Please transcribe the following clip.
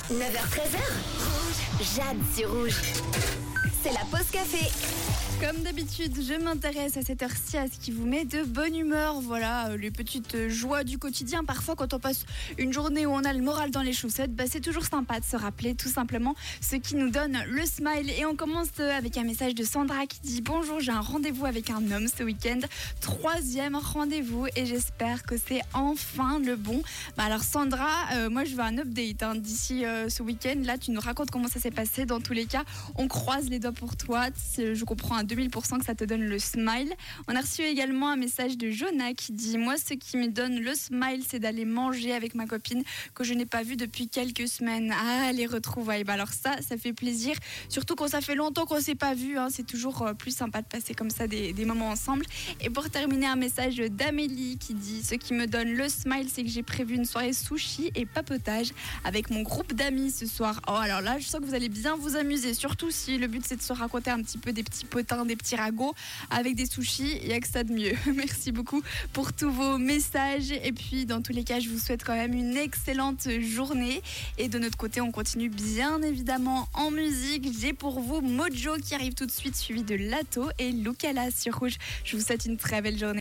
9h-13h, Rouge. Jade sur Rouge. C'est la pause café. Comme d'habitude, je m'intéresse à cette heure-ci à ce qui vous met de bonne humeur. Voilà, les petites joies du quotidien. Parfois, quand on passe une journée où on a le moral dans les chaussettes, c'est toujours sympa de se rappeler tout simplement ce qui nous donne le smile. Et on commence avec un message de Sandra qui dit « Bonjour, j'ai un rendez-vous avec un homme ce week-end. 3e rendez-vous et j'espère que c'est enfin le bon. » Alors Sandra, moi je veux un update d'ici ce week-end. Là, tu nous racontes comment ça s'est passé. Dans tous les cas, on croise les doigts pour toi. Je comprends à 2000% que ça te donne le smile. On a reçu également un message de Jonah qui dit « Moi, ce qui me donne le smile, c'est d'aller manger avec ma copine que je n'ai pas vue depuis quelques semaines. » Ah, les retrouvailles. Alors ça fait plaisir. Surtout quand ça fait longtemps qu'on ne s'est pas vu. C'est toujours plus sympa de passer comme ça des moments ensemble. Et pour terminer, un message d'Amélie qui dit « Ce qui me donne le smile, c'est que j'ai prévu une soirée sushi et papotage avec mon groupe d'amis ce soir. » Oh, alors là, je sens que vous allez bien vous amuser. Surtout si le but, c'est de se raconter un petit peu des petits potins, des petits ragots avec des sushis. Il n'y a que ça de mieux. Merci beaucoup pour tous vos messages. Et puis, dans tous les cas, je vous souhaite quand même une excellente journée. Et de notre côté, on continue bien évidemment en musique. J'ai pour vous Mojo qui arrive tout de suite, suivi de Lato et Lucala sur Rouge. Je vous souhaite une très belle journée.